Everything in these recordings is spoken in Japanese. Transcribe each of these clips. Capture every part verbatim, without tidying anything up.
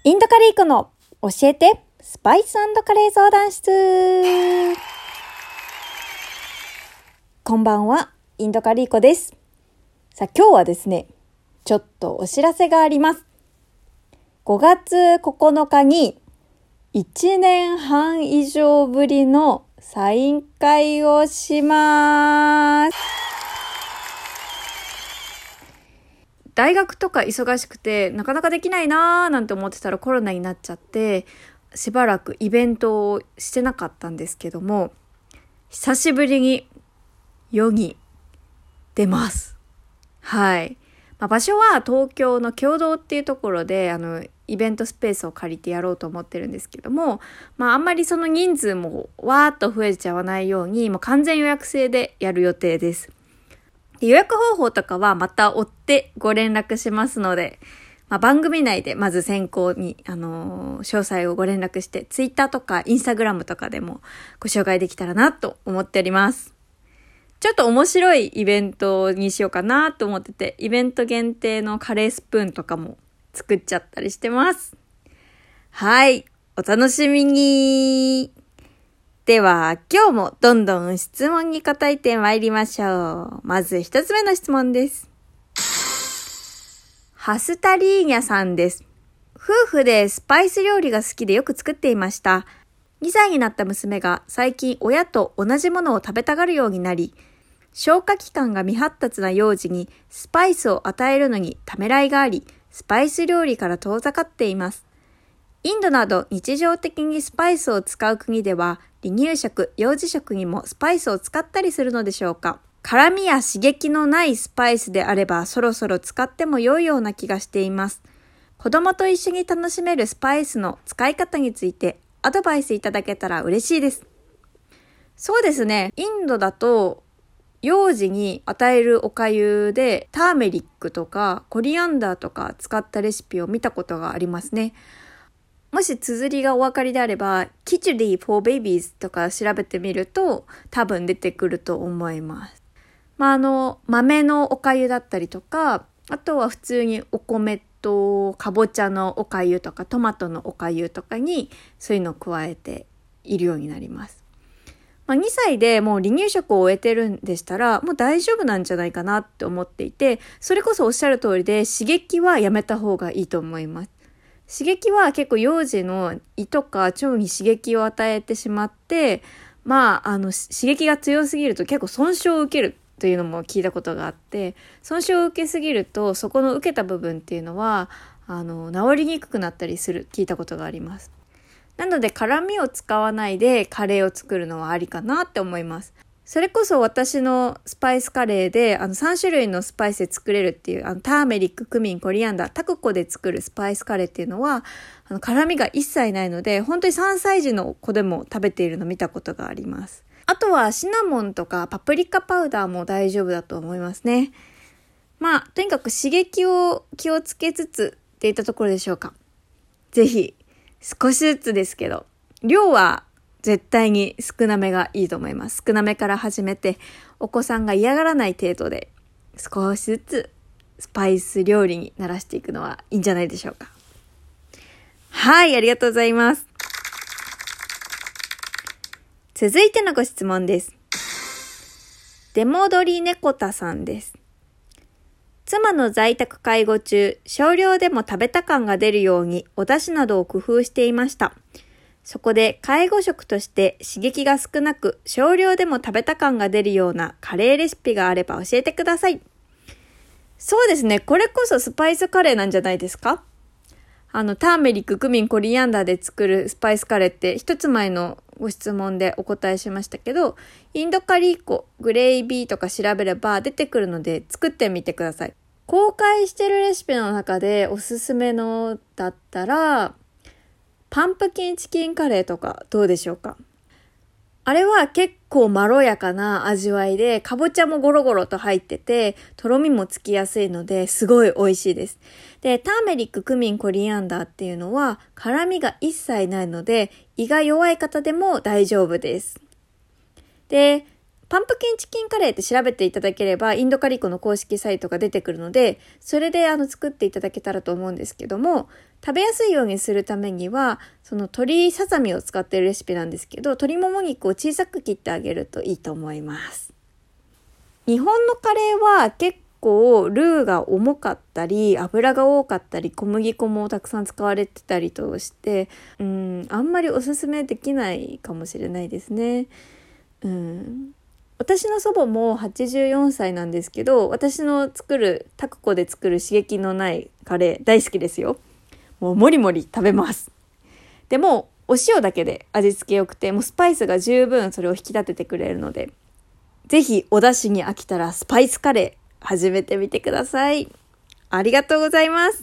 インドカリーコの教えてスパイス&カレー相談室。こんばんは、インドカリーコです。さあ今日はですね、ちょっとお知らせがあります。ごがつここのかにいちねんはん以上ぶりのサイン会をします。大学とか忙しくてなかなかできないなーなんて思ってたらコロナになっちゃってしばらくイベントをしてなかったんですけども、久しぶりに世に出ます。はい、まあ、場所は東京の経堂っていうところであのイベントスペースを借りてやろうと思ってるんですけども、まああんまりその人数もわーっと増えちゃわないようにもう完全予約制でやる予定です。予約方法とかはまた追ってご連絡しますので、まあ、番組内でまず先行に、あのー、詳細をご連絡して、ツイッターとかインスタグラムとかでもご紹介できたらなと思っております。ちょっと面白いイベントにしようかなと思ってて、イベント限定のカレースプーンとかも作っちゃったりしてます。はい、お楽しみに。では今日もどんどん質問に答えてまいりましょう。まず一つ目の質問です。ハスタリーニャさんです。夫婦でスパイス料理が好きでよく作っていました。にさいになった娘が最近親と同じものを食べたがるようになり、消化器官が未発達な幼児にスパイスを与えるのにためらいがあり、スパイス料理から遠ざかっています。インドなど日常的にスパイスを使う国では、離乳食、幼児食にもスパイスを使ったりするのでしょうか。辛みや刺激のないスパイスであればそろそろ使っても良いような気がしています。子供と一緒に楽しめるスパイスの使い方についてアドバイスいただけたら嬉しいです。そうですね。インドだと幼児に与えるお粥でターメリックとかコリアンダーとか使ったレシピを見たことがありますね。もし綴りがお分かりであれば、キチュリー for babies とか調べてみると多分出てくると思います。まあ、あの、豆のお粥だったりとか、あとは普通にお米とかぼちゃのお粥とかトマトのお粥とかにそういうのを加えているようになります。まあ、にさいでもう離乳食を終えてるんでしたらもう大丈夫なんじゃないかなって思っていて、それこそおっしゃる通りで刺激はやめた方がいいと思います。刺激は結構幼児の胃とか腸に刺激を与えてしまって、まあ、あの刺激が強すぎると結構損傷を受けるというのも聞いたことがあって、損傷を受けすぎるとそこの受けた部分っていうのはあの治りにくくなったりする聞いたことがあります。なので辛みを使わないでカレーを作るのはありかなって思います。それこそ私のスパイスカレーであのさんしゅるいのスパイスで作れるっていうあのターメリック、クミン、コリアンダー、タクコで作るスパイスカレーっていうのはあの辛みが一切ないので、本当にさんさい児の子でも食べているのを見たことがあります。あとはシナモンとかパプリカパウダーも大丈夫だと思いますね。まあとにかく刺激を気をつけつつっていったところでしょうか。ぜひ少しずつですけど、量は絶対に少なめがいいと思います。少なめから始めて、お子さんが嫌がらない程度で少しずつスパイス料理に慣らしていくのはいいんじゃないでしょうか。はい、ありがとうございます。続いてのご質問です。出戻り猫田さんです。妻の在宅介護中、少量でも食べた感が出るようにお出汁などを工夫していました。そこで介護食として刺激が少なく少量でも食べた感が出るようなカレーレシピがあれば教えてください。そうですね。これこそスパイスカレーなんじゃないですか？あのターメリック、クミン、コリアンダーで作るスパイスカレーって一つ前のご質問でお答えしましたけど、インドカリーコ、グレイビーとか調べれば出てくるので作ってみてください。公開してるレシピの中でおすすめのだったらパンプキンチキンカレーとかどうでしょうか。あれは結構まろやかな味わいで、かぼちゃもゴロゴロと入ってて、とろみもつきやすいのですごい美味しいです。で、ターメリック、クミン、コリアンダーっていうのは辛みが一切ないので、胃が弱い方でも大丈夫です。で、 パンプキンチキンカレーって調べていただければインドカリコの公式サイトが出てくるので、それであの作っていただけたらと思うんですけども、食べやすいようにするためにはその鶏ささみを使っているレシピなんですけど、鶏もも肉を小さく切ってあげるといいと思います。日本のカレーは結構ルーが重かったり油が多かったり小麦粉もたくさん使われてたりとして、うん、あんまりおすすめできないかもしれないですね。うん、私の祖母もはちじゅうよんさいなんですけど、私の作るタクコで作る刺激のないカレー大好きですよ。もうもりもり食べます。でもお塩だけで味付けよくて、もうスパイスが十分それを引き立ててくれるので、ぜひお出汁に飽きたらスパイスカレー始めてみてください。ありがとうございます。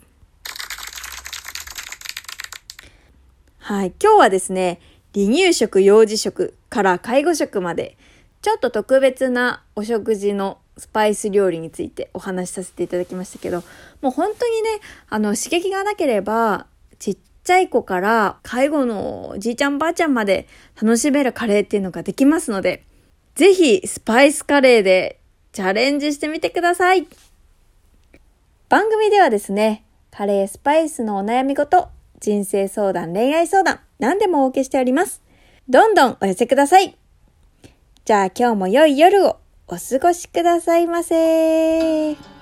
はい、今日はですね、離乳食、幼児食から介護食までちょっと特別なお食事のスパイス料理についてお話しさせていただきましたけど、もう本当にね、あの刺激がなければちっちゃい子から介護のじいちゃんばあちゃんまで楽しめるカレーっていうのができますので、ぜひスパイスカレーでチャレンジしてみてください。番組ではですね、カレースパイスのお悩み事、人生相談、恋愛相談、何でもお受けしております。どんどんお寄せください。じゃあ今日も良い夜をお過ごしくださいませ。